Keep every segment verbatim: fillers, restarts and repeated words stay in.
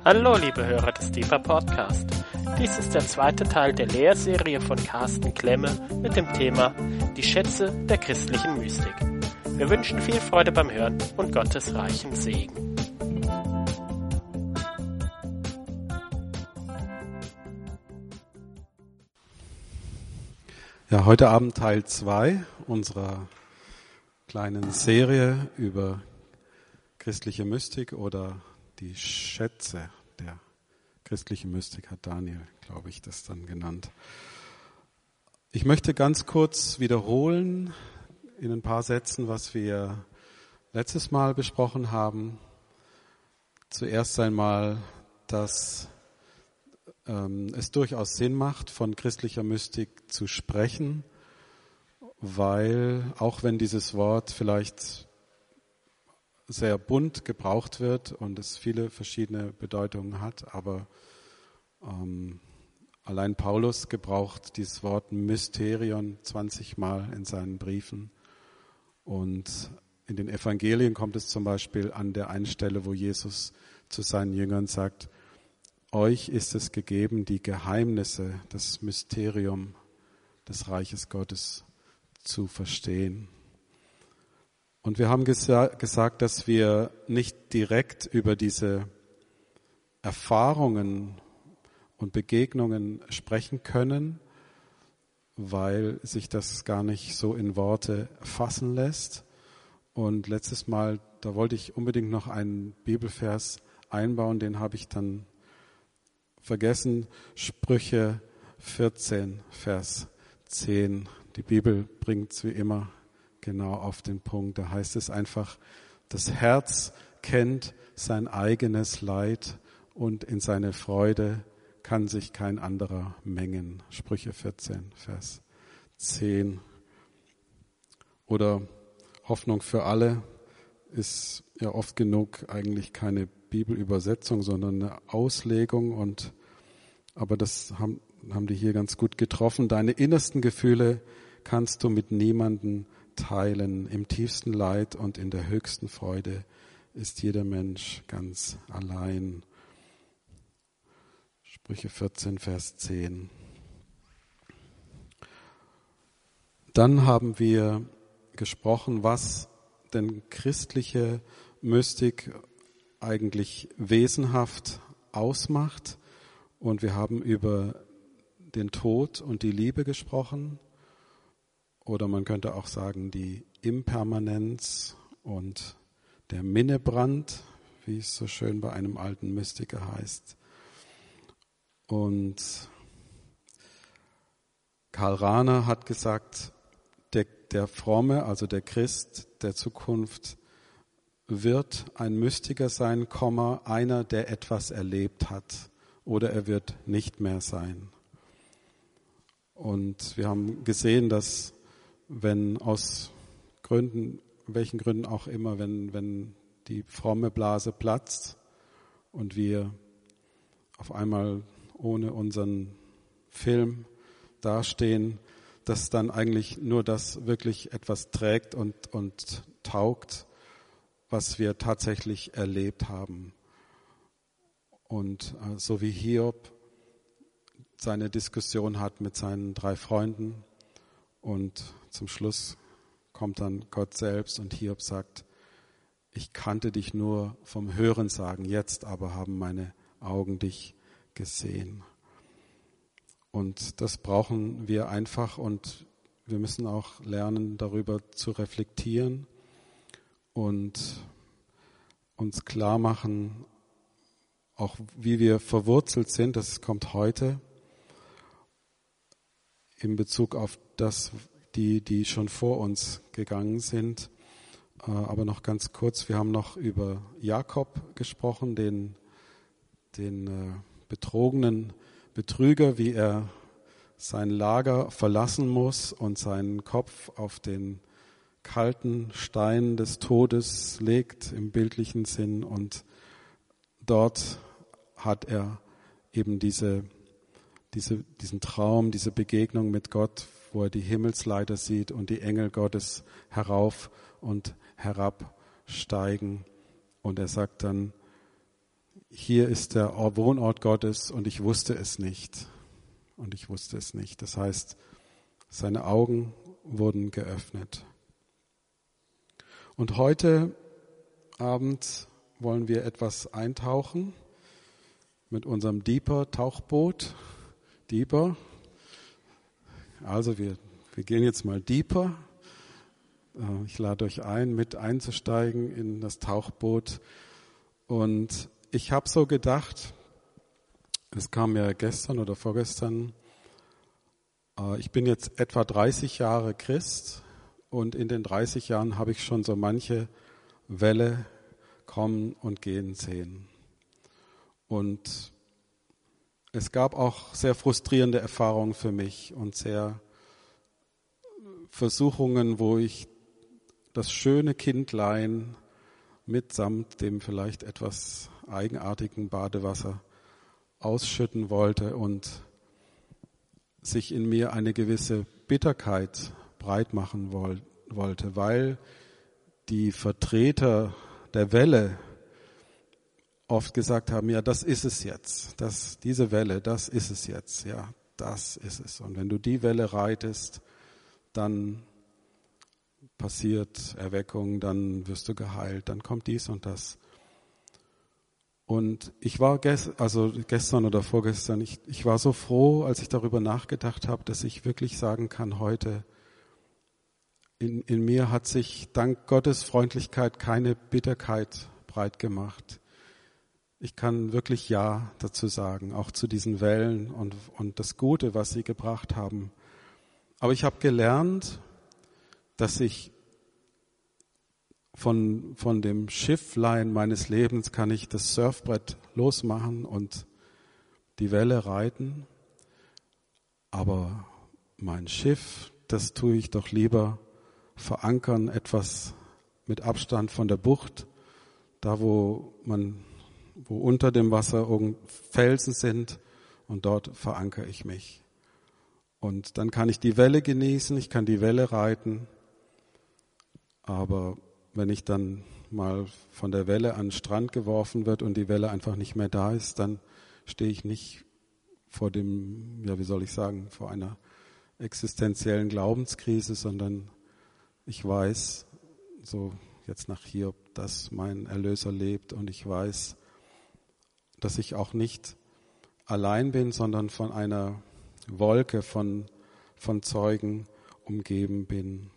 Hallo liebe Hörer des Deeper Podcast. Dies ist der zweite Teil der Lehrserie von Carsten Klemme mit dem Thema Die Schätze der christlichen Mystik. Wir wünschen viel Freude beim Hören und Gottes reichen Segen. Ja, heute Abend Teil zwei unserer kleinen Serie über christliche Mystik oder die Schätze der christlichen Mystik, hat Daniel, glaube ich, das dann genannt. Ich möchte ganz kurz wiederholen in ein paar Sätzen, was wir letztes Mal besprochen haben. Zuerst einmal, dass ähm, es durchaus Sinn macht, von christlicher Mystik zu sprechen, weil auch wenn dieses Wort vielleicht sehr bunt gebraucht wird und es viele verschiedene Bedeutungen hat, aber ähm, allein Paulus gebraucht dieses Wort Mysterion zwanzig Mal in seinen Briefen und in den Evangelien kommt es zum Beispiel an der einen Stelle, wo Jesus zu seinen Jüngern sagt, euch ist es gegeben, die Geheimnisse, das Mysterium des Reiches Gottes zu verstehen. Und wir haben gesa- gesagt, dass wir nicht direkt über diese Erfahrungen und Begegnungen sprechen können, weil sich das gar nicht so in Worte fassen lässt. Und letztes Mal, da wollte ich unbedingt noch einen Bibelvers einbauen, den habe ich dann vergessen. Sprüche vierzehn, Vers zehn. Die Bibel bringt es wie immer genau auf den Punkt. Da heißt es einfach, das Herz kennt sein eigenes Leid und in seine Freude kann sich kein anderer mengen. Sprüche vierzehn, Vers zehn. Oder Hoffnung für alle ist ja oft genug eigentlich keine Bibelübersetzung, sondern eine Auslegung. Und aber das haben, haben die hier ganz gut getroffen. Deine innersten Gefühle kannst du mit niemandem teilen. Im tiefsten Leid und in der höchsten Freude ist jeder Mensch ganz allein. Sprüche vierzehn, Vers zehn. Dann haben wir gesprochen, was denn christliche Mystik eigentlich wesenhaft ausmacht. Und wir haben über den Tod und die Liebe gesprochen. Oder man könnte auch sagen, die Impermanenz und der Minnebrand, wie es so schön bei einem alten Mystiker heißt. Und Karl Rahner hat gesagt, der, der Fromme, also der Christ der Zukunft, wird ein Mystiker sein, einer, der etwas erlebt hat, oder er wird nicht mehr sein. Und wir haben gesehen, dass wenn aus Gründen, welchen Gründen auch immer, wenn, wenn die fromme Blase platzt und wir auf einmal ohne unseren Film dastehen, dass dann eigentlich nur das wirklich etwas trägt und, und taugt, was wir tatsächlich erlebt haben. Und äh, so wie Hiob seine Diskussion hat mit seinen drei Freunden und zum Schluss kommt dann Gott selbst und Hiob sagt, ich kannte dich nur vom Hörensagen, jetzt aber haben meine Augen dich gesehen. Und das brauchen wir einfach und wir müssen auch lernen, darüber zu reflektieren und uns klar machen, auch wie wir verwurzelt sind, das kommt heute in Bezug auf das, die, die schon vor uns gegangen sind. Aber noch ganz kurz, wir haben noch über Jakob gesprochen, den, den betrogenen Betrüger, wie er sein Lager verlassen muss und seinen Kopf auf den kalten Stein des Todes legt, im bildlichen Sinn. Und dort hat er eben diese, diese, diesen Traum, diese Begegnung mit Gott, wo er die Himmelsleiter sieht und die Engel Gottes herauf und herabsteigen. Und er sagt dann, hier ist der Wohnort Gottes und ich wusste es nicht. Und ich wusste es nicht. Das heißt, seine Augen wurden geöffnet. Und heute Abend wollen wir etwas eintauchen mit unserem Deeper-Tauchboot. Deeper. Also wir, wir gehen jetzt mal deeper. Ich lade euch ein, mit einzusteigen in das Tauchboot. Und ich habe so gedacht, es kam ja gestern oder vorgestern, ich bin jetzt etwa dreißig Jahre Christ und in den dreißig Jahren habe ich schon so manche Welle kommen und gehen sehen. Und es gab auch sehr frustrierende Erfahrungen für mich und sehr Versuchungen, wo ich das schöne Kindlein mitsamt dem vielleicht etwas eigenartigen Badewasser ausschütten wollte und sich in mir eine gewisse Bitterkeit breit machen woll- wollte, weil die Vertreter der Welle oft gesagt haben, ja, das ist es jetzt, das, diese Welle, das ist es jetzt, ja, das ist es. Und wenn du die Welle reitest, dann passiert Erweckung, dann wirst du geheilt, dann kommt dies und das. Und ich war gest, also gestern oder vorgestern, ich, ich war so froh, als ich darüber nachgedacht habe, dass ich wirklich sagen kann, heute in, in mir hat sich dank Gottes Freundlichkeit keine Bitterkeit breit gemacht. Ich kann wirklich Ja dazu sagen, auch zu diesen Wellen und, und das Gute, was sie gebracht haben. Aber ich habe gelernt, dass ich von, von dem Schifflein meines Lebens kann ich das Surfbrett losmachen und die Welle reiten. Aber mein Schiff, das tue ich doch lieber verankern, etwas mit Abstand von der Bucht, da wo man, wo unter dem Wasser Felsen sind, und dort verankere ich mich. Und dann kann ich die Welle genießen, ich kann die Welle reiten, aber wenn ich dann mal von der Welle an den Strand geworfen wird und die Welle einfach nicht mehr da ist, dann stehe ich nicht vor dem, ja, wie soll ich sagen, vor einer existenziellen Glaubenskrise, sondern ich weiß, so jetzt nach Hiob, dass mein Erlöser lebt und ich weiß, dass ich auch nicht allein bin, sondern von einer Wolke von, von Zeugen umgeben bin.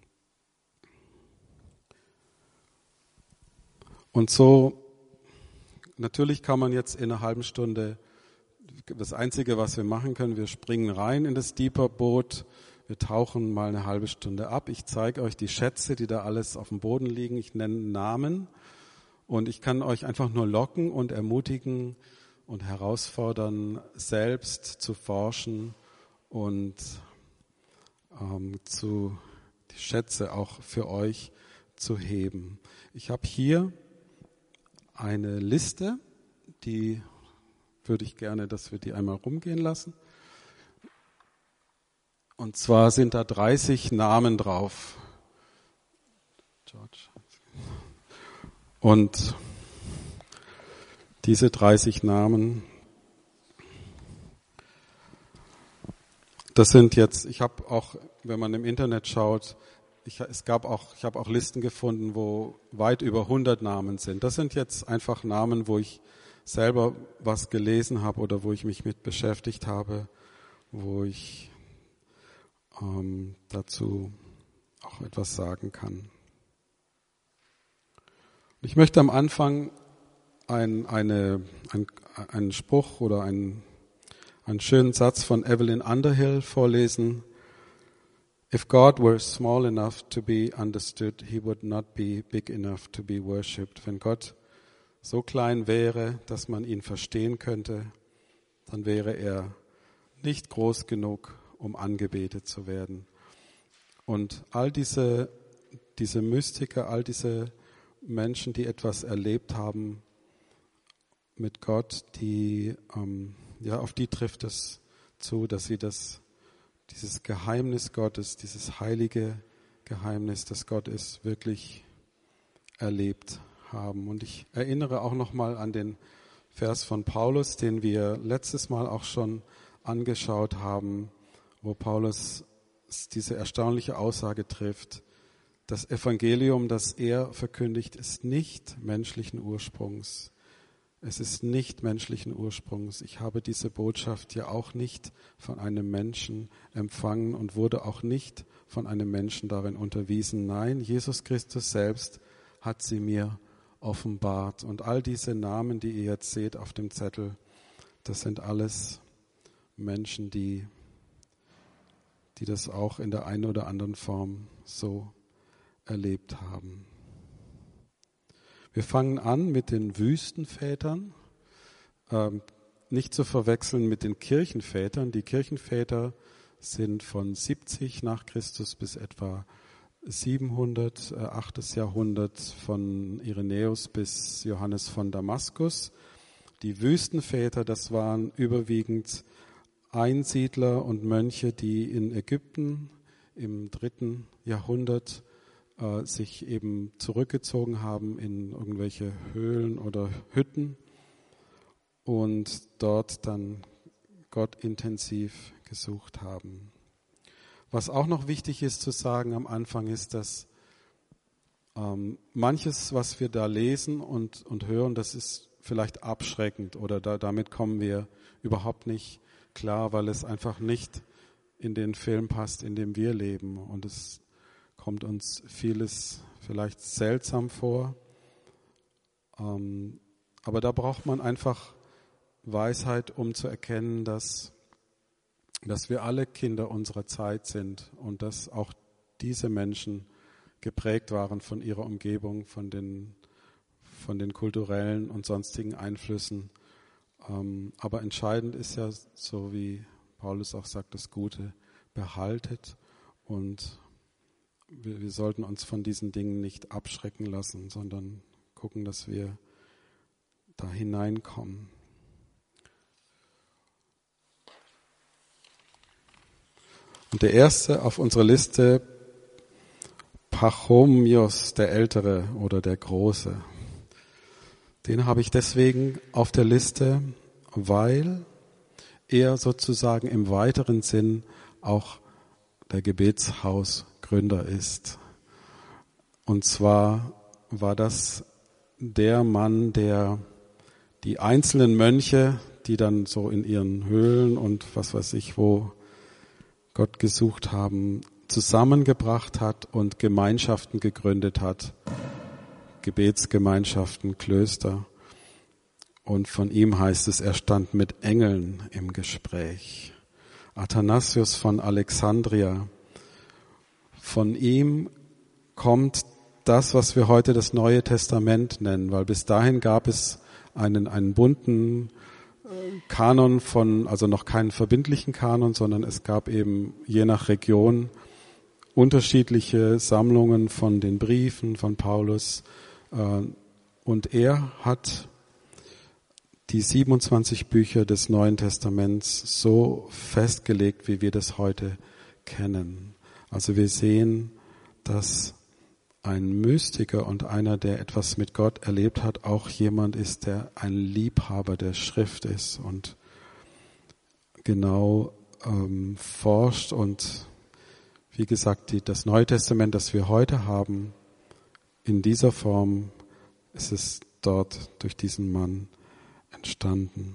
Und so, natürlich kann man jetzt in einer halben Stunde, das Einzige, was wir machen können, wir springen rein in das Deeper-Boot, wir tauchen mal eine halbe Stunde ab. Ich zeige euch die Schätze, die da alles auf dem Boden liegen. Ich nenne Namen und ich kann euch einfach nur locken und ermutigen und herausfordern, selbst zu forschen und ähm, zu, die Schätze auch für euch zu heben. Ich habe hier eine Liste, die würde ich gerne, dass wir die einmal rumgehen lassen. Und zwar sind da dreißig Namen drauf. George. Und diese dreißig Namen, das sind jetzt, ich habe auch, wenn man im Internet schaut, Ich, es gab auch, ich habe auch Listen gefunden, wo weit über hundert Namen sind. Das sind jetzt einfach Namen, wo ich selber was gelesen habe oder wo ich mich mit beschäftigt habe, wo ich ähm, dazu auch etwas sagen kann. Ich möchte am Anfang ein, eine, ein, einen Spruch oder einen, einen schönen Satz von Evelyn Underhill vorlesen. If God were small enough to be understood, he would not be big enough to be worshipped. Wenn Gott so klein wäre, dass man ihn verstehen könnte, dann wäre er nicht groß genug, um angebetet zu werden. Und all diese, diese Mystiker, all diese Menschen, die etwas erlebt haben mit Gott, die, ähm, ja, auf die trifft es zu, dass sie das dieses Geheimnis Gottes, dieses heilige Geheimnis, das Gott ist, wirklich erlebt haben. Und ich erinnere auch nochmal an den Vers von Paulus, den wir letztes Mal auch schon angeschaut haben, wo Paulus diese erstaunliche Aussage trifft: Das Evangelium, das er verkündigt, ist nicht menschlichen Ursprungs. Es ist nicht menschlichen Ursprungs. Ich habe diese Botschaft ja auch nicht von einem Menschen empfangen und wurde auch nicht von einem Menschen darin unterwiesen. Nein, Jesus Christus selbst hat sie mir offenbart. Und all diese Namen, die ihr jetzt seht auf dem Zettel, das sind alles Menschen, die, die das auch in der einen oder anderen Form so erlebt haben. Wir fangen an mit den Wüstenvätern, ähm, nicht zu verwechseln mit den Kirchenvätern. Die Kirchenväter sind von siebzig nach Christus bis etwa siebenhundert, äh, achtes Jahrhundert, von Irenäus bis Johannes von Damaskus. Die Wüstenväter, das waren überwiegend Einsiedler und Mönche, die in Ägypten im dritten Jahrhundert äh, sich eben zurückgezogen haben in irgendwelche Höhlen oder Hütten und dort dann Gott intensiv gesucht haben. Was auch noch wichtig ist zu sagen am Anfang ist, dass ähm, manches, was wir da lesen und, und hören, das ist vielleicht abschreckend oder da, damit kommen wir überhaupt nicht klar, weil es einfach nicht in den Film passt, in dem wir leben. Und es kommt uns vieles vielleicht seltsam vor. Ähm, aber da braucht man einfach Weisheit, um zu erkennen, dass, dass wir alle Kinder unserer Zeit sind und dass auch diese Menschen geprägt waren von ihrer Umgebung, von den, von den kulturellen und sonstigen Einflüssen. Ähm, aber entscheidend ist ja, so wie Paulus auch sagt, das Gute behaltet und wir, wir sollten uns von diesen Dingen nicht abschrecken lassen, sondern gucken, dass wir da hineinkommen. Und der erste auf unserer Liste, Pachomios, der Ältere oder der Große. Den habe ich deswegen auf der Liste, weil er sozusagen im weiteren Sinn auch der Gebetshausgründer ist. Und zwar war das der Mann, der die einzelnen Mönche, die dann so in ihren Höhlen und was weiß ich wo Gott gesucht haben, zusammengebracht hat und Gemeinschaften gegründet hat, Gebetsgemeinschaften, Klöster. Und von ihm heißt es, er stand mit Engeln im Gespräch. Athanasius von Alexandria. Von ihm kommt das, was wir heute das Neue Testament nennen, weil bis dahin gab es einen, einen bunten Kanon von, also noch keinen verbindlichen Kanon, sondern es gab eben je nach Region unterschiedliche Sammlungen von den Briefen von Paulus. Und er hat die siebenundzwanzig Bücher des Neuen Testaments so festgelegt, wie wir das heute kennen. Also wir sehen, dass ein Mystiker und einer, der etwas mit Gott erlebt hat, auch jemand ist, der ein Liebhaber der Schrift ist und genau ähm, forscht. Und wie gesagt, die, das Neue Testament, das wir heute haben, in dieser Form ist es dort durch diesen Mann entstanden.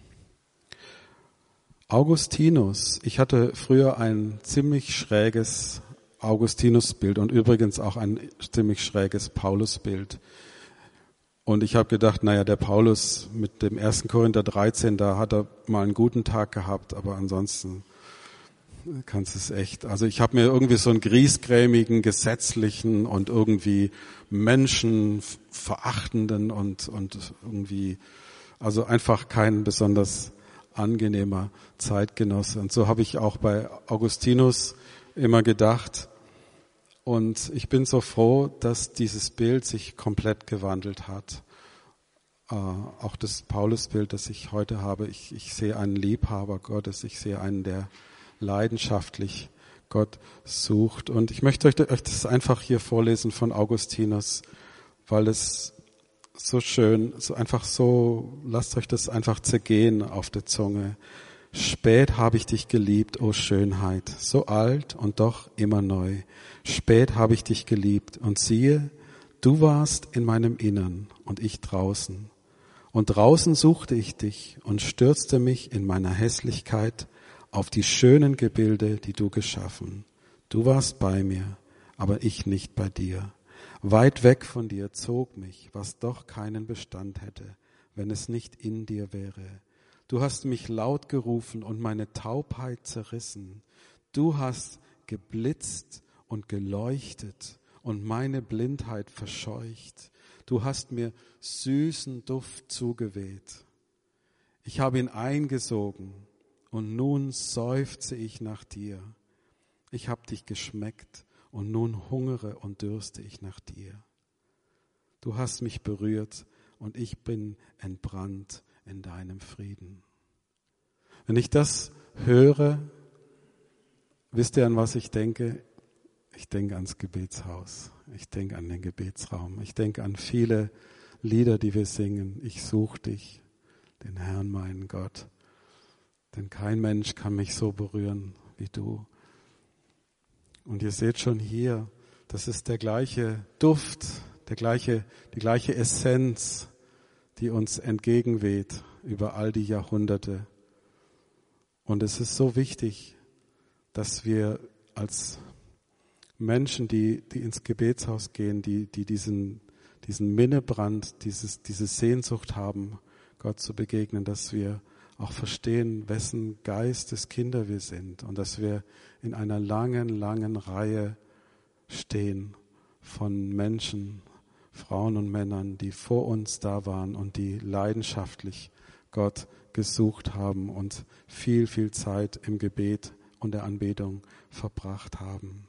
Augustinus. Ich hatte früher ein ziemlich schräges Augustinus-Bild und übrigens auch ein ziemlich schräges Paulus-Bild. Und ich habe gedacht, naja, der Paulus mit dem ersten Korinther dreizehn, da hat er mal einen guten Tag gehabt, aber ansonsten kannst du es echt. Also ich habe mir irgendwie so einen griesgrämigen, gesetzlichen und irgendwie menschenverachtenden und, und irgendwie, also einfach kein besonders angenehmer Zeitgenosse. Und so habe ich auch bei Augustinus immer gedacht. Und ich bin so froh, dass dieses Bild sich komplett gewandelt hat. Äh, auch das Paulusbild, das ich heute habe. Ich, ich sehe einen Liebhaber Gottes. Ich sehe einen, der leidenschaftlich Gott sucht. Und ich möchte euch, euch das einfach hier vorlesen von Augustinus, weil es so schön, so einfach so, lasst euch das einfach zergehen auf der Zunge. Spät habe ich dich geliebt, o Schönheit, so alt und doch immer neu. Spät habe ich dich geliebt und siehe, du warst in meinem Innern und ich draußen. Und draußen suchte ich dich und stürzte mich in meiner Hässlichkeit auf die schönen Gebilde, die du geschaffen. Du warst bei mir, aber ich nicht bei dir. Weit weg von dir zog mich, was doch keinen Bestand hätte, wenn es nicht in dir wäre. Du hast mich laut gerufen und meine Taubheit zerrissen. Du hast geblitzt und geleuchtet und meine Blindheit verscheucht. Du hast mir süßen Duft zugeweht. Ich habe ihn eingesogen und nun seufze ich nach dir. Ich habe dich geschmeckt und nun hungere und dürste ich nach dir. Du hast mich berührt und ich bin entbrannt in deinem Frieden. Wenn ich das höre, wisst ihr, an was ich denke? Ich denke ans Gebetshaus. Ich denke an den Gebetsraum. Ich denke an viele Lieder, die wir singen. Ich suche dich, den Herrn, meinen Gott. Denn kein Mensch kann mich so berühren wie du. Und ihr seht schon hier, das ist der gleiche Duft, der gleiche, die gleiche Essenz, die uns entgegenweht über all die Jahrhunderte. Und es ist so wichtig, dass wir als Menschen, die, die ins Gebetshaus gehen, die, die diesen, diesen Minnebrand, dieses, diese Sehnsucht haben, Gott zu begegnen, dass wir auch verstehen, wessen Geistes Kinder wir sind und dass wir in einer langen, langen Reihe stehen von Menschen, Frauen und Männern, die vor uns da waren und die leidenschaftlich Gott gesucht haben und viel, viel Zeit im Gebet und der Anbetung verbracht haben.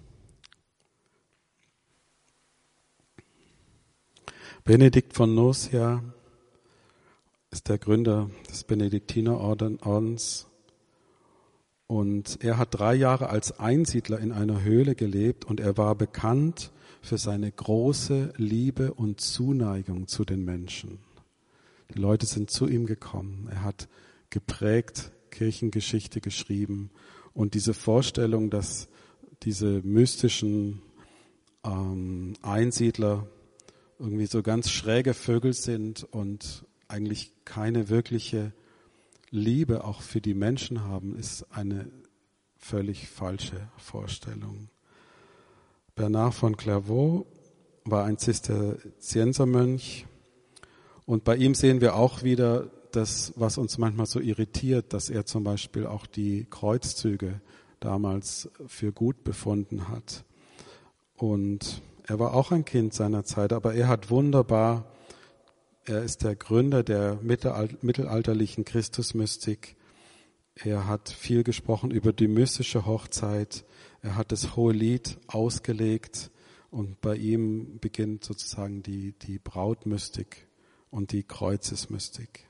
Benedikt von Nursia ist der Gründer des Benediktinerordens und er hat drei Jahre als Einsiedler in einer Höhle gelebt und er war bekannt für seine große Liebe und Zuneigung zu den Menschen. Die Leute sind zu ihm gekommen. Er hat geprägt Kirchengeschichte geschrieben und diese Vorstellung, dass diese mystischen ähm, Einsiedler irgendwie so ganz schräge Vögel sind und eigentlich keine wirkliche Liebe auch für die Menschen haben, ist eine völlig falsche Vorstellung. Bernard von Clairvaux war ein Zisterziensermönch und bei ihm sehen wir auch wieder das, was uns manchmal so irritiert, dass er zum Beispiel auch die Kreuzzüge damals für gut befunden hat. Und er war auch ein Kind seiner Zeit, aber er hat wunderbar, er ist der Gründer der mittelalterlichen Christusmystik. Er hat viel gesprochen über die mystische Hochzeit. Er hat das Hohelied ausgelegt und bei ihm beginnt sozusagen die, die Brautmystik und die Kreuzesmystik.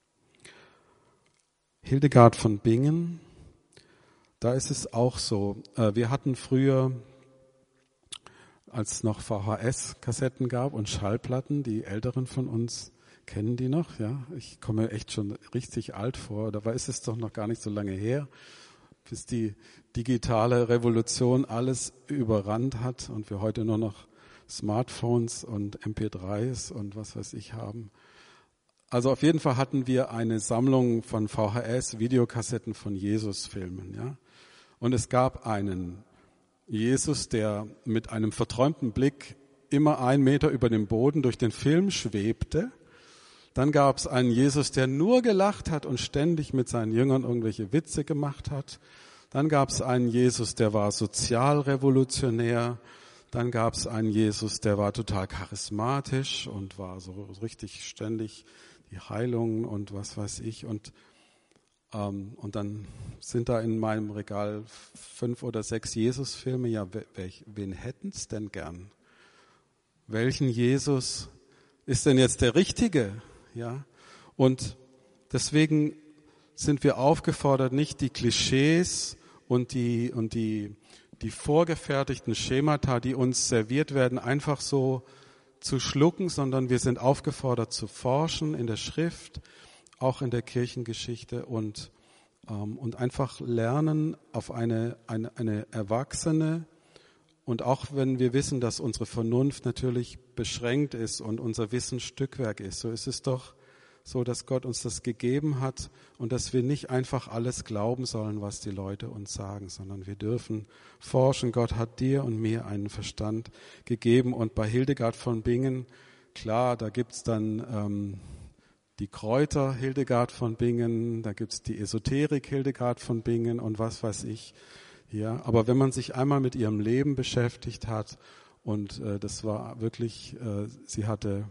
Hildegard von Bingen, da ist es auch so. Wir hatten früher, als es noch V H S-Kassetten gab und Schallplatten, die Älteren von uns kennen die noch, ja. Ich komme echt schon richtig alt vor, dabei ist es doch noch gar nicht so lange her, bis die digitale Revolution alles überrannt hat und wir heute nur noch Smartphones und M P dreis und was weiß ich haben. Also auf jeden Fall hatten wir eine Sammlung von V H S-Videokassetten von Jesus-Filmen, ja. Und es gab einen Jesus, der mit einem verträumten Blick immer einen Meter über dem Boden durch den Film schwebte. Dann gab es einen Jesus, der nur gelacht hat und ständig mit seinen Jüngern irgendwelche Witze gemacht hat. Dann gab es einen Jesus, der war sozialrevolutionär. Dann gab es einen Jesus, der war total charismatisch und war so richtig ständig die Heilungen und was weiß ich. Und ähm, und dann sind da in meinem Regal fünf oder sechs Jesus-Filme. Ja, welch, wen hätten es denn gern? Welchen Jesus ist denn jetzt der Richtige? Ja, und deswegen sind wir aufgefordert, nicht die Klischees und die und die die vorgefertigten Schemata, die uns serviert werden, einfach so zu schlucken, sondern wir sind aufgefordert zu forschen in der Schrift, auch in der Kirchengeschichte und, ähm, und einfach lernen auf eine, eine, eine erwachsene, und auch wenn wir wissen, dass unsere Vernunft natürlich beschränkt ist und unser Wissen Stückwerk ist, so ist es doch so, dass Gott uns das gegeben hat und dass wir nicht einfach alles glauben sollen, was die Leute uns sagen, sondern wir dürfen forschen. Gott hat dir und mir einen Verstand gegeben. Und bei Hildegard von Bingen, klar, da gibt's dann ähm, die Kräuter Hildegard von Bingen, da gibt's die Esoterik Hildegard von Bingen und was weiß ich. Ja, aber wenn man sich einmal mit ihrem Leben beschäftigt hat und äh, das war wirklich, äh, sie hatte,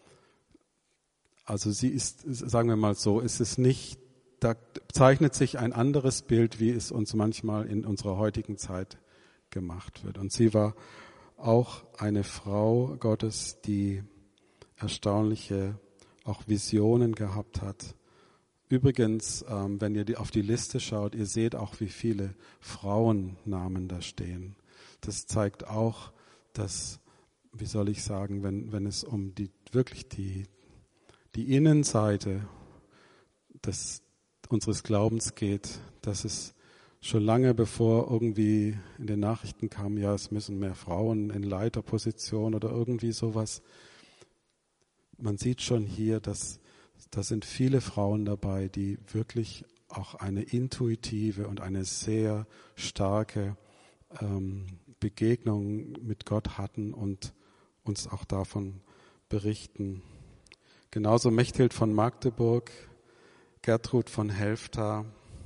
also sie ist, sagen wir mal so, ist es nicht, da zeichnet sich ein anderes Bild, wie es uns manchmal in unserer heutigen Zeit gemacht wird. Und sie war auch eine Frau Gottes, die erstaunliche auch Visionen gehabt hat. Übrigens, ähm, wenn ihr die, auf die Liste schaut, ihr seht auch, wie viele Frauennamen da stehen. Das zeigt auch, dass, wie soll ich sagen, wenn, wenn es um die wirklich die, die Innenseite des, unseres Glaubens geht, dass es schon lange bevor irgendwie in den Nachrichten kam, ja, es müssen mehr Frauen in Leiterposition oder irgendwie sowas. Man sieht schon hier, dass da sind viele Frauen dabei, die wirklich auch eine intuitive und eine sehr starke ähm, Begegnung mit Gott hatten und uns auch davon berichten. Genauso Mechthild von Magdeburg, Gertrud von Helfta.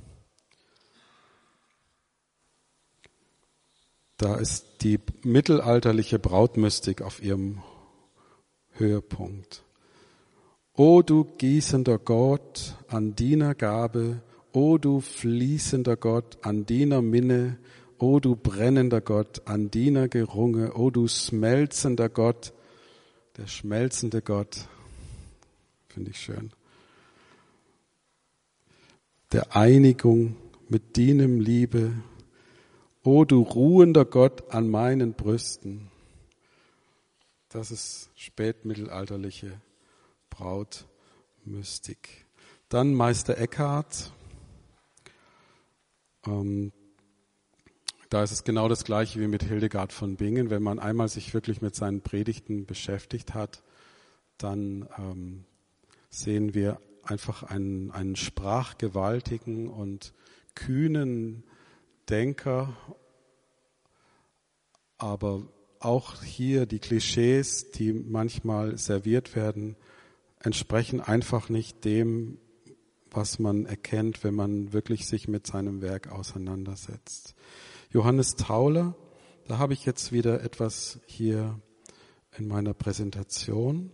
Da ist die mittelalterliche Brautmystik auf ihrem Höhepunkt. O du gießender Gott an deiner Gabe, o du fließender Gott an deiner Minne, o du brennender Gott an deiner Gerunge, o du schmelzender Gott, der schmelzende Gott, finde ich schön, der Einigung mit deinem Liebe, o du ruhender Gott an meinen Brüsten. Das ist spätmittelalterliche Brautmystik. Dann Meister Eckhart. Ähm, da ist es genau das Gleiche wie mit Hildegard von Bingen. Wenn man einmal sich wirklich mit seinen Predigten beschäftigt hat, dann ähm, sehen wir einfach einen, einen sprachgewaltigen und kühnen Denker, aber auch hier die Klischees, die manchmal serviert werden, entsprechen einfach nicht dem, was man erkennt, wenn man wirklich sich mit seinem Werk auseinandersetzt. Johannes Tauler, da habe ich jetzt wieder etwas hier in meiner Präsentation.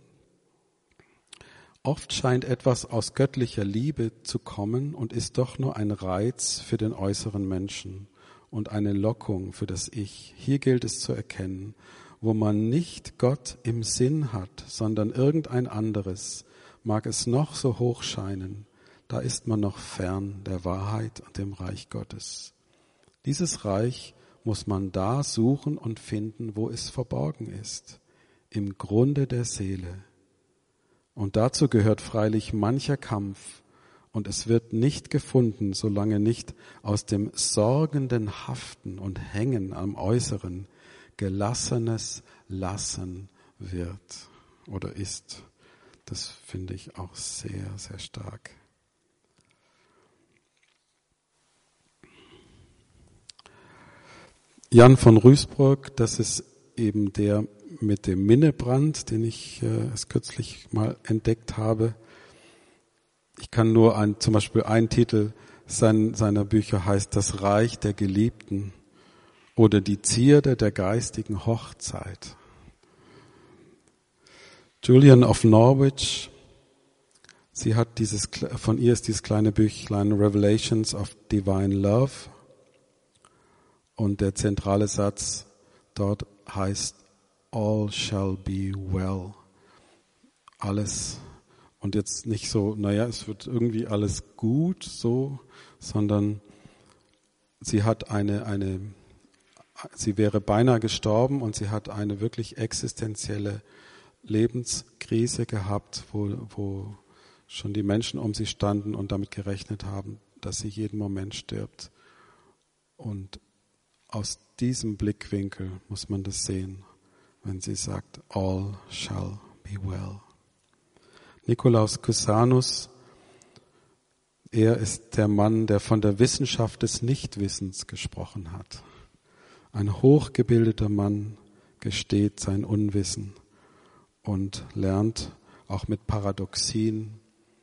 Oft scheint etwas aus göttlicher Liebe zu kommen und ist doch nur ein Reiz für den äußeren Menschen und eine Lockung für das Ich. Hier gilt es zu erkennen, wo man nicht Gott im Sinn hat, sondern irgendein anderes, mag es noch so hoch scheinen, da ist man noch fern der Wahrheit und dem Reich Gottes. Dieses Reich muss man da suchen und finden, wo es verborgen ist, im Grunde der Seele. Und dazu gehört freilich mancher Kampf, und es wird nicht gefunden, solange nicht aus dem sorgenden Haften und Hängen am Äußeren gelassenes Lassen wird oder ist. Das finde ich auch sehr, sehr stark. Jan von Ruysbroek, das ist eben der mit dem Minnebrand, den ich äh, erst kürzlich mal entdeckt habe. Ich kann nur ein, zum Beispiel ein Titel sein, seiner Bücher heißt Das Reich der Geliebten oder Die Zierde der geistigen Hochzeit. Julian of Norwich, sie hat dieses, von ihr ist dieses kleine Büchlein Revelations of Divine Love und der zentrale Satz dort heißt All shall be well. Alles. Und jetzt nicht so, naja, es wird irgendwie alles gut, so, sondern sie hat eine, eine, sie wäre beinahe gestorben und sie hat eine wirklich existenzielle Lebenskrise gehabt, wo, wo schon die Menschen um sie standen und damit gerechnet haben, dass sie jeden Moment stirbt. Und aus diesem Blickwinkel muss man das sehen, wenn sie sagt, all shall be well. Nikolaus Cusanus, er ist der Mann, der von der Wissenschaft des Nichtwissens gesprochen hat. Ein hochgebildeter Mann gesteht sein Unwissen und lernt auch mit Paradoxien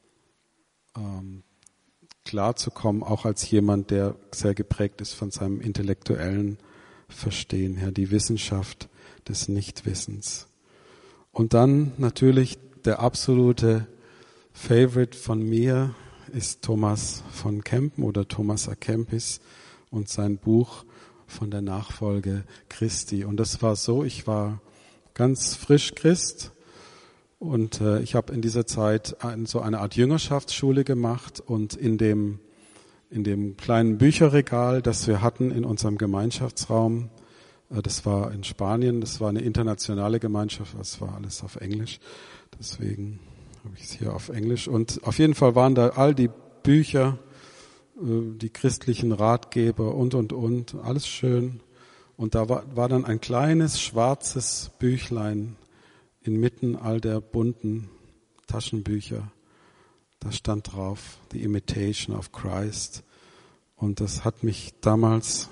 ähm, klarzukommen, auch als jemand, der sehr geprägt ist von seinem intellektuellen Verstehen her, die Wissenschaft des Nichtwissens. Und dann natürlich der absolute Favorite von mir ist Thomas von Kempen oder Thomas à Kempis und sein Buch von der Nachfolge Christi. Und das war so, ich war ganz frisch Christ und äh, ich habe in dieser Zeit ein, so eine Art Jüngerschaftsschule gemacht und in dem, in dem kleinen Bücherregal, das wir hatten in unserem Gemeinschaftsraum, äh, das war in Spanien, das war eine internationale Gemeinschaft, das war alles auf Englisch, deswegen habe ich es hier auf Englisch. Und auf jeden Fall waren da all die Bücher, die christlichen Ratgeber und, und, und, alles schön. Und da war, war dann ein kleines schwarzes Büchlein inmitten all der bunten Taschenbücher. Da stand drauf, The Imitation of Christ. Und das hat mich damals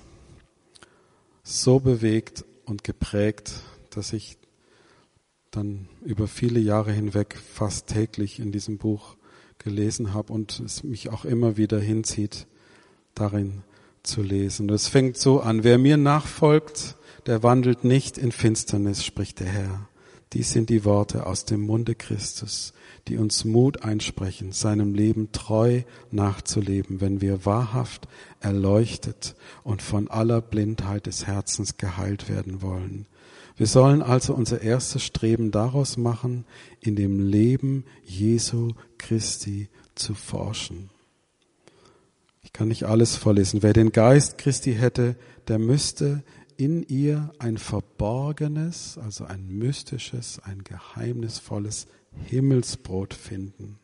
so bewegt und geprägt, dass ich dann über viele Jahre hinweg fast täglich in diesem Buch gelesen habe und es mich auch immer wieder hinzieht, darin zu lesen. Es fängt so an, wer mir nachfolgt, der wandelt nicht in Finsternis, spricht der Herr. Dies sind die Worte aus dem Munde Christus, die uns Mut einsprechen, seinem Leben treu nachzuleben, wenn wir wahrhaft erleuchtet und von aller Blindheit des Herzens geheilt werden wollen. Wir sollen also unser erstes Streben daraus machen, in dem Leben Jesu Christi zu forschen. Ich kann nicht alles vorlesen. Wer den Geist Christi hätte, der müsste in ihr ein verborgenes, also ein mystisches, ein geheimnisvolles Himmelsbrot finden.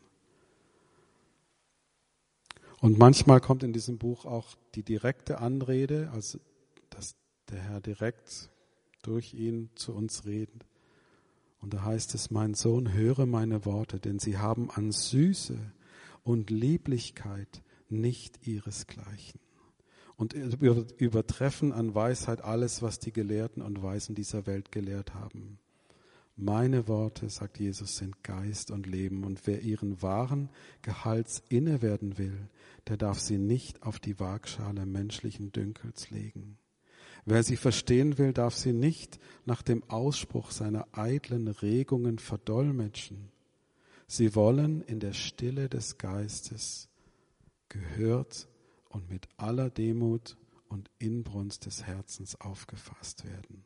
Und manchmal kommt in diesem Buch auch die direkte Anrede, also dass der Herr direkt durch ihn zu uns redet. Und da heißt es, mein Sohn, höre meine Worte, denn sie haben an Süße und Lieblichkeit nicht ihresgleichen und übertreffen an Weisheit alles, was die Gelehrten und Weisen dieser Welt gelehrt haben. Meine Worte, sagt Jesus, sind Geist und Leben, und wer ihren wahren Gehalts inne werden will, der darf sie nicht auf die Waagschale menschlichen Dünkels legen. Wer sie verstehen will, darf sie nicht nach dem Ausspruch seiner eitlen Regungen verdolmetschen. Sie wollen in der Stille des Geistes gehört und mit aller Demut und Inbrunst des Herzens aufgefasst werden.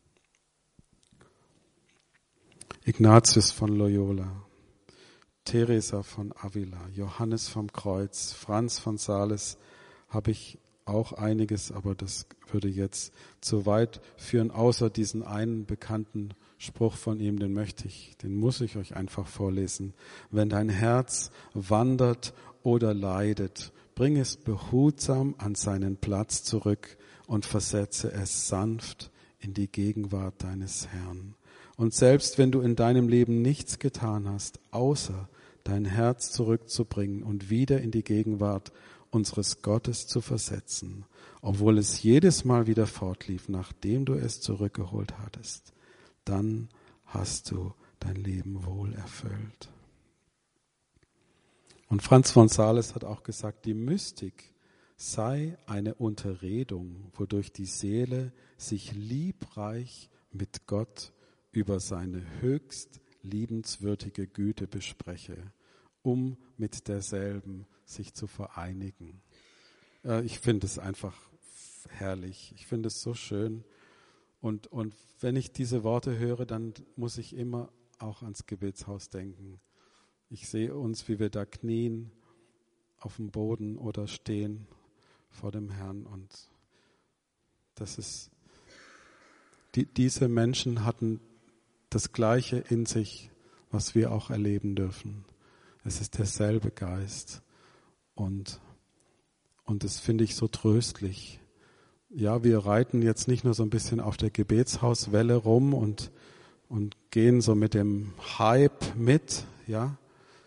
Ignatius von Loyola, Teresa von Avila, Johannes vom Kreuz, Franz von Sales, habe ich auch einiges, aber das würde jetzt zu weit führen, außer diesen einen bekannten Spruch von ihm, den möchte ich, den muss ich euch einfach vorlesen. Wenn dein Herz wandert oder leidet, bring es behutsam an seinen Platz zurück und versetze es sanft in die Gegenwart deines Herrn. Und selbst wenn du in deinem Leben nichts getan hast, außer dein Herz zurückzubringen und wieder in die Gegenwart unseres Gottes zu versetzen, obwohl es jedes Mal wieder fortlief, nachdem du es zurückgeholt hattest, dann hast du dein Leben wohl erfüllt. Und Franz von Sales hat auch gesagt, die Mystik sei eine Unterredung, wodurch die Seele sich liebreich mit Gott über seine höchst liebenswürdige Güte bespreche, um mit derselben sich zu vereinigen. Ich finde es einfach herrlich. Ich finde es so schön. Und, und wenn ich diese Worte höre, dann muss ich immer auch ans Gebetshaus denken. Ich sehe uns, wie wir da knien auf dem Boden oder stehen vor dem Herrn. Und das ist, die, diese Menschen hatten das Gleiche in sich, was wir auch erleben dürfen. Es ist derselbe Geist. Und, und das finde ich so tröstlich. Ja, wir reiten jetzt nicht nur so ein bisschen auf der Gebetshauswelle rum und, und gehen so mit dem Hype mit, ja.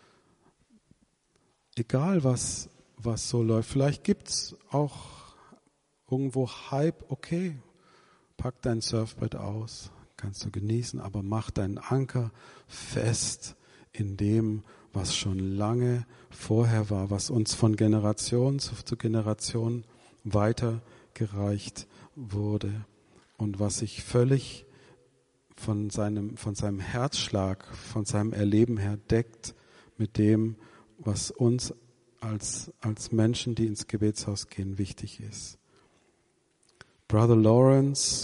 Egal was, was so läuft. Vielleicht gibt's auch irgendwo Hype, okay, pack dein Surfbrett aus, kannst du genießen, aber mach deinen Anker fest in dem, was schon lange vorher war, was uns von Generation zu, zu Generation weitergereicht wurde und was sich völlig von seinem, von seinem Herzschlag, von seinem Erleben her deckt mit dem, was uns als, als Menschen, die ins Gebetshaus gehen, wichtig ist. Brother Lawrence,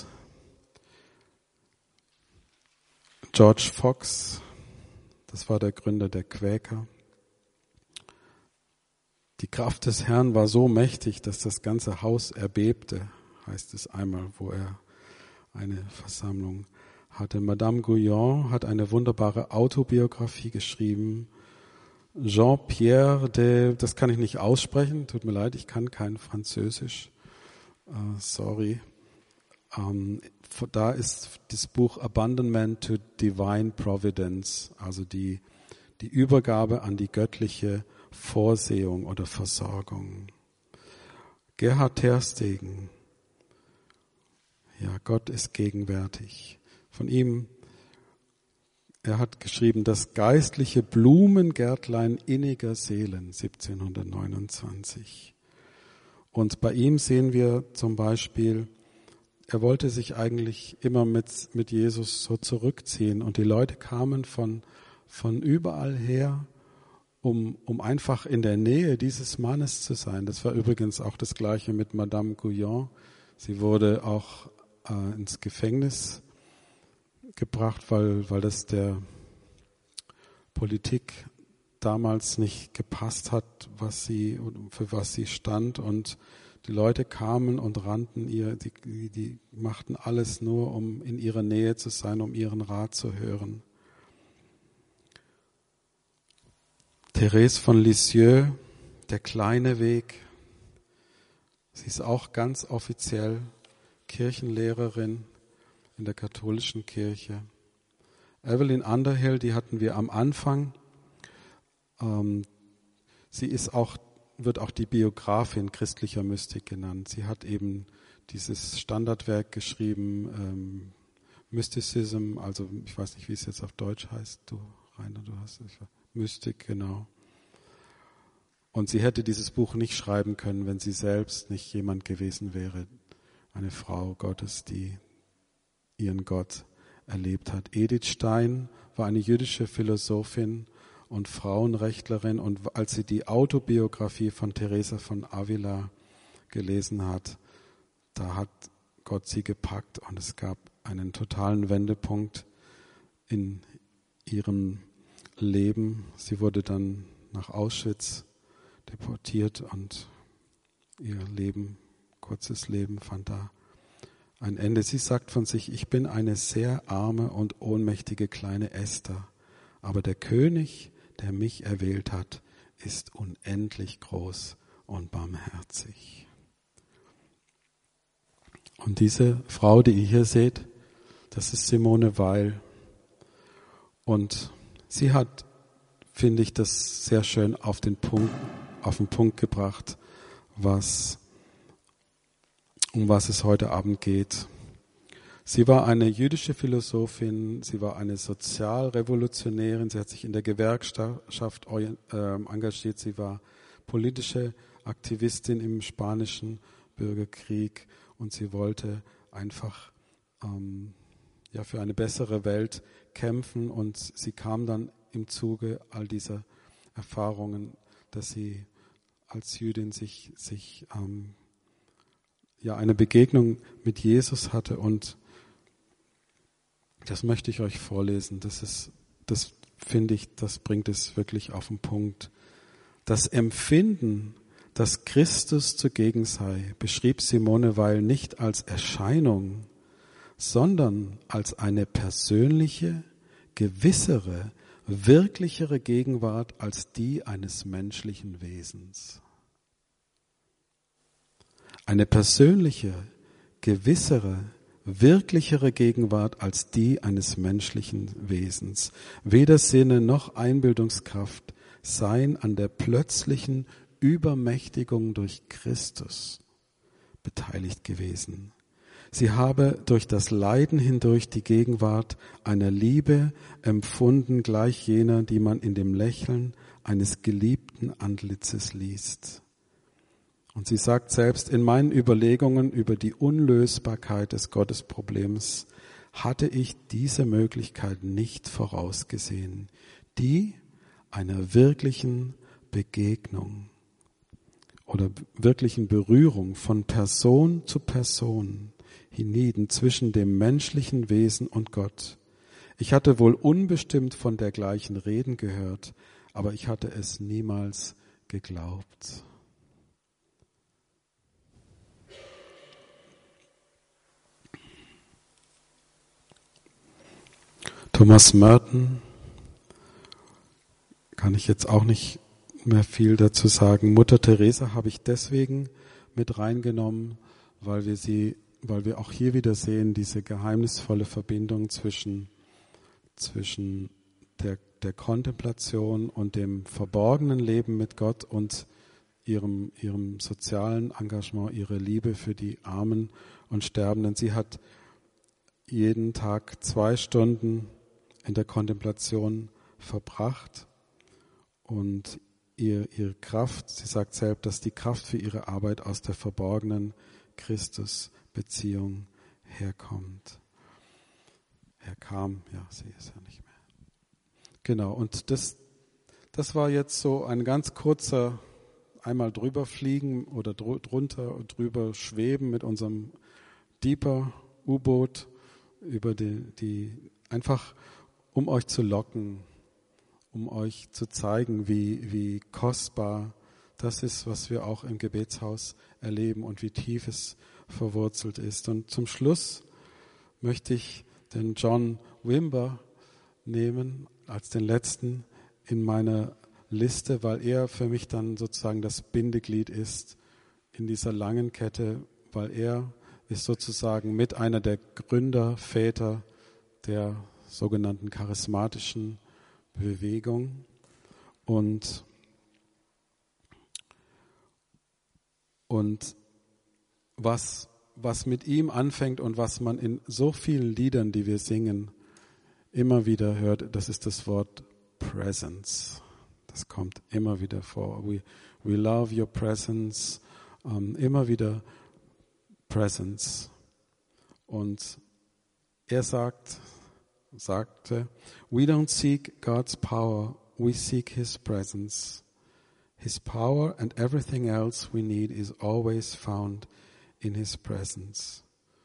George Fox, das war der Gründer der Quäker. Die Kraft des Herrn war so mächtig, dass das ganze Haus erbebte, heißt es einmal, wo er eine Versammlung hatte. Madame Guyon hat eine wunderbare Autobiografie geschrieben. Jean-Pierre de, das kann ich nicht aussprechen, tut mir leid, ich kann kein Französisch, uh, sorry. Um, da ist das Buch Abandonment to Divine Providence, also die, die Übergabe an die göttliche Vorsehung oder Versorgung. Gerhard Terstegen, ja, Gott ist gegenwärtig. Von ihm, er hat geschrieben, das geistliche Blumengärtlein inniger Seelen, siebzehnhundertneunundzwanzig. Und bei ihm sehen wir zum Beispiel, er wollte sich eigentlich immer mit, mit Jesus so zurückziehen und die Leute kamen von, von überall her, um, um einfach in der Nähe dieses Mannes zu sein. Das war übrigens auch das Gleiche mit Madame Guyon. Sie wurde auch äh, ins Gefängnis gebracht, weil, weil das der Politik damals nicht gepasst hat, was sie, für was sie stand, und die Leute kamen und rannten ihr, die, die machten alles nur, um in ihrer Nähe zu sein, um ihren Rat zu hören. Therese von Lisieux, der kleine Weg. Sie ist auch ganz offiziell Kirchenlehrerin in der katholischen Kirche. Evelyn Underhill, die hatten wir am Anfang. Ähm, sie ist auch, wird auch die Biografin christlicher Mystik genannt. Sie hat eben dieses Standardwerk geschrieben, ähm, Mysticism, also ich weiß nicht, wie es jetzt auf Deutsch heißt. Du, Rainer, du hast es. Mystik, genau. Und sie hätte dieses Buch nicht schreiben können, wenn sie selbst nicht jemand gewesen wäre, eine Frau Gottes, die ihren Gott erlebt hat. Edith Stein war eine jüdische Philosophin und Frauenrechtlerin, und als sie die Autobiografie von Teresa von Avila gelesen hat, da hat Gott sie gepackt und es gab einen totalen Wendepunkt in ihrem Leben. Sie wurde dann nach Auschwitz deportiert und ihr Leben, kurzes Leben, fand da ein Ende. Sie sagt von sich, ich bin eine sehr arme und ohnmächtige kleine Esther, aber der König, der mich erwählt hat, ist unendlich groß und barmherzig. Und diese Frau, die ihr hier seht, das ist Simone Weil. Und sie hat, finde ich, das sehr schön auf den Punkt, auf den Punkt gebracht, was, um was es heute Abend geht. Sie war eine jüdische Philosophin, sie war eine Sozialrevolutionärin, sie hat sich in der Gewerkschaft engagiert, sie war politische Aktivistin im spanischen Bürgerkrieg und sie wollte einfach ähm, ja, für eine bessere Welt kämpfen, und sie kam dann im Zuge all dieser Erfahrungen, dass sie als Jüdin sich, sich ähm, ja, eine Begegnung mit Jesus hatte, und das möchte ich euch vorlesen. Das ist, das finde ich, das bringt es wirklich auf den Punkt. Das Empfinden, dass Christus zugegen sei, beschrieb Simone Weil nicht als Erscheinung, sondern als eine persönliche, gewissere, wirklichere Gegenwart als die eines menschlichen Wesens. Eine persönliche, gewissere, wirklichere Gegenwart als die eines menschlichen Wesens. Weder Sinne noch Einbildungskraft seien an der plötzlichen Übermächtigung durch Christus beteiligt gewesen. Sie habe durch das Leiden hindurch die Gegenwart einer Liebe empfunden, gleich jener, die man in dem Lächeln eines geliebten Antlitzes liest. Und sie sagt selbst, in meinen Überlegungen über die Unlösbarkeit des Gottesproblems hatte ich diese Möglichkeit nicht vorausgesehen, die einer wirklichen Begegnung oder wirklichen Berührung von Person zu Person hienieden zwischen dem menschlichen Wesen und Gott. Ich hatte wohl unbestimmt von dergleichen Reden gehört, aber ich hatte es niemals geglaubt. Thomas Merton, kann ich jetzt auch nicht mehr viel dazu sagen. Mutter Teresa habe ich deswegen mit reingenommen, weil wir sie, weil wir auch hier wieder sehen, diese geheimnisvolle Verbindung zwischen, zwischen der, der Kontemplation und dem verborgenen Leben mit Gott und ihrem, ihrem sozialen Engagement, ihre Liebe für die Armen und Sterbenden. Sie hat jeden Tag zwei Stunden in der Kontemplation verbracht und ihr, ihre Kraft, sie sagt selbst, dass die Kraft für ihre Arbeit aus der verborgenen Christus-Beziehung herkommt. Herkam, ja, sie ist ja nicht mehr. Genau, und das, das war jetzt so ein ganz kurzer, einmal drüber fliegen oder drunter und drüber schweben mit unserem Deeper U-Boot über die, die einfach um euch zu locken, um euch zu zeigen, wie, wie kostbar das ist, was wir auch im Gebetshaus erleben und wie tief es verwurzelt ist. Und zum Schluss möchte ich den John Wimber nehmen als den letzten in meiner Liste, weil er für mich dann sozusagen das Bindeglied ist in dieser langen Kette, weil er ist sozusagen mit einer der Gründerväter der sogenannten charismatischen Bewegung. Und, und was, was mit ihm anfängt und was man in so vielen Liedern, die wir singen, immer wieder hört, das ist das Wort Presence. Das kommt immer wieder vor. We, we love your presence. Um, immer wieder Presence. Und er sagt, sagte, we don't seek God's power, we seek His presence. His power and everything else we need is always found in His presence.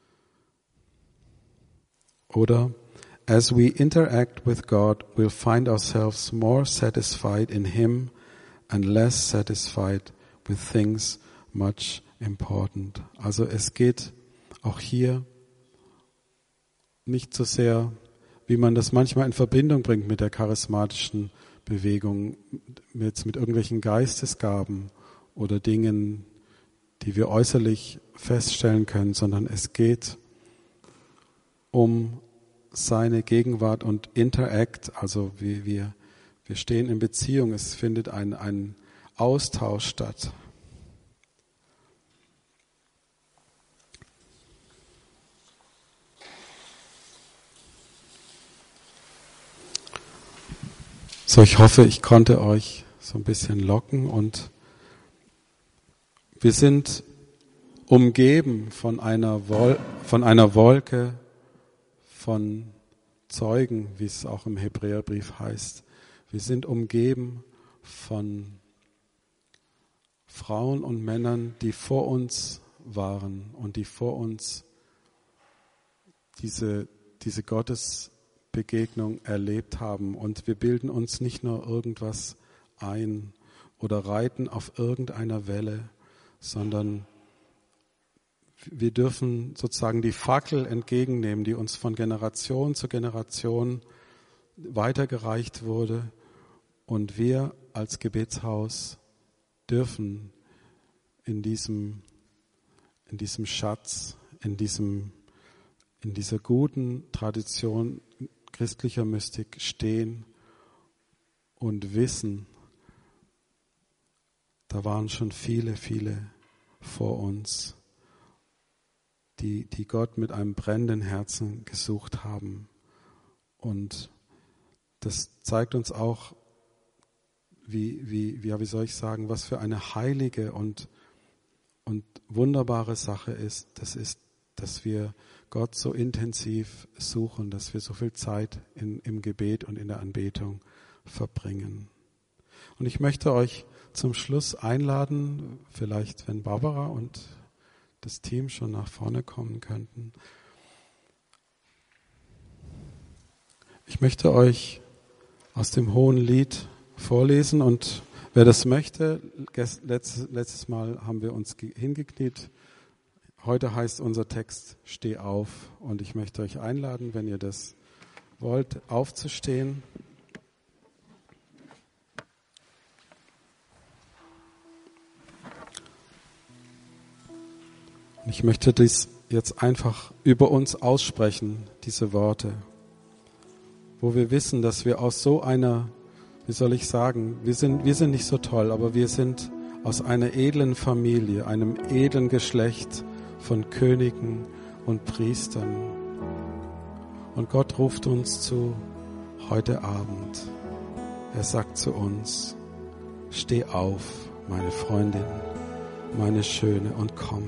Oder, as we interact with God, we'll find ourselves more satisfied in Him and less satisfied with things much important. Also es geht auch hier nicht so sehr, wie man das manchmal in Verbindung bringt mit der charismatischen Bewegung, mit, mit irgendwelchen Geistesgaben oder Dingen, die wir äußerlich feststellen können, sondern es geht um seine Gegenwart und Interact, also wie wir, wir stehen in Beziehung, es findet ein, ein Austausch statt. So, ich hoffe, ich konnte euch so ein bisschen locken und wir sind umgeben von einer, Wol- von einer Wolke von Zeugen, wie es auch im Hebräerbrief heißt. Wir sind umgeben von Frauen und Männern, die vor uns waren und die vor uns diese, diese Gottesbegegnung erlebt haben. Und wir bilden uns nicht nur irgendwas ein oder reiten auf irgendeiner Welle, sondern Wir dürfen sozusagen die Fackel entgegennehmen, die uns von Generation zu Generation weitergereicht wurde. Und wir als Gebetshaus dürfen in diesem, in diesem Schatz, in diesem, in dieser guten Tradition christlicher Mystik stehen und wissen, da waren schon viele, viele vor uns, die, die Gott mit einem brennenden Herzen gesucht haben. Und das zeigt uns auch, wie, wie, wie, wie soll ich sagen, was für eine heilige und, und wunderbare Sache ist. Das ist, dass wir Gott so intensiv suchen, dass wir so viel Zeit in, im Gebet und in der Anbetung verbringen. Und ich möchte euch zum Schluss einladen, vielleicht wenn Barbara und das Team schon nach vorne kommen könnten. Ich möchte euch aus dem Hohen Lied vorlesen und wer das möchte, letztes, letztes Mal haben wir uns hingekniet. Heute heißt unser Text Steh auf und ich möchte euch einladen, wenn ihr das wollt, aufzustehen. Ich möchte dies jetzt einfach über uns aussprechen, diese Worte, wo wir wissen, dass wir aus so einer, wie soll ich sagen, wir sind, wir sind nicht so toll, aber wir sind aus einer edlen Familie, einem edlen Geschlecht von Königen und Priestern. Und Gott ruft uns zu heute Abend. Er sagt zu uns, steh auf, meine Freundin, meine Schöne, und komm.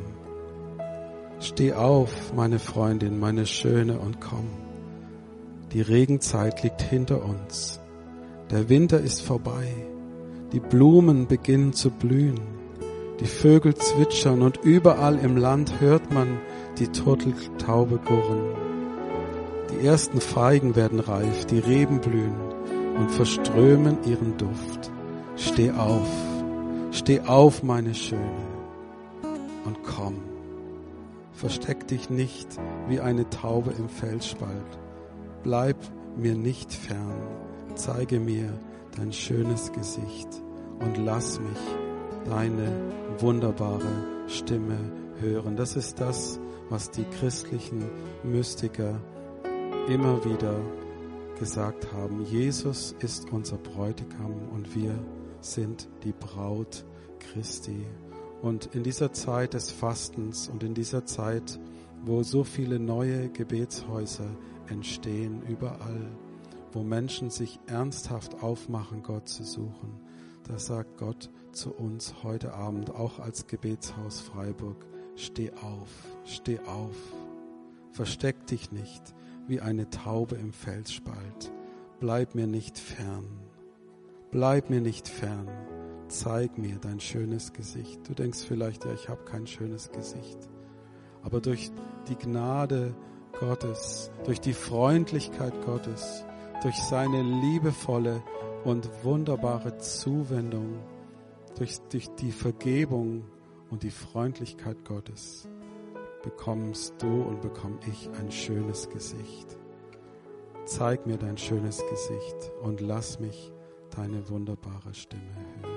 Steh auf, meine Freundin, meine Schöne, und komm. Die Regenzeit liegt hinter uns. Der Winter ist vorbei. Die Blumen beginnen zu blühen. Die Vögel zwitschern und überall im Land hört man die Turteltaube gurren. Die ersten Feigen werden reif, die Reben blühen und verströmen ihren Duft. Steh auf, steh auf, meine Schöne, und komm. Versteck dich nicht wie eine Taube im Felsspalt. Bleib mir nicht fern, zeige mir dein schönes Gesicht und lass mich deine wunderbare Stimme hören. Das ist das, was die christlichen Mystiker immer wieder gesagt haben. Jesus ist unser Bräutigam und wir sind die Braut Christi. Und in dieser Zeit des Fastens und in dieser Zeit, wo so viele neue Gebetshäuser entstehen, überall, wo Menschen sich ernsthaft aufmachen, Gott zu suchen, da sagt Gott zu uns heute Abend, auch als Gebetshaus Freiburg, steh auf, steh auf, versteck dich nicht wie eine Taube im Felsspalt, bleib mir nicht fern, bleib mir nicht fern, zeig mir dein schönes Gesicht. Du denkst vielleicht, ja, ich habe kein schönes Gesicht, aber durch die Gnade Gottes, durch die Freundlichkeit Gottes, durch seine liebevolle und wunderbare Zuwendung, durch, durch die Vergebung und die Freundlichkeit Gottes bekommst du und bekomme ich ein schönes Gesicht. Zeig mir dein schönes Gesicht und lass mich deine wunderbare Stimme hören.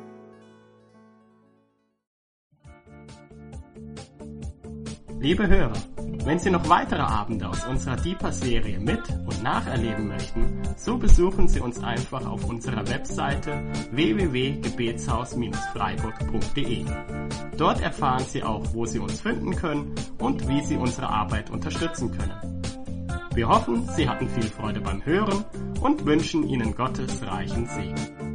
Liebe Hörer, wenn Sie noch weitere Abende aus unserer Deeper-Serie mit- und nacherleben möchten, so besuchen Sie uns einfach auf unserer Webseite w w w punkt gebetshaus freiburg punkt d e. Dort erfahren Sie auch, wo Sie uns finden können und wie Sie unsere Arbeit unterstützen können. Wir hoffen, Sie hatten viel Freude beim Hören und wünschen Ihnen Gottes reichen Segen.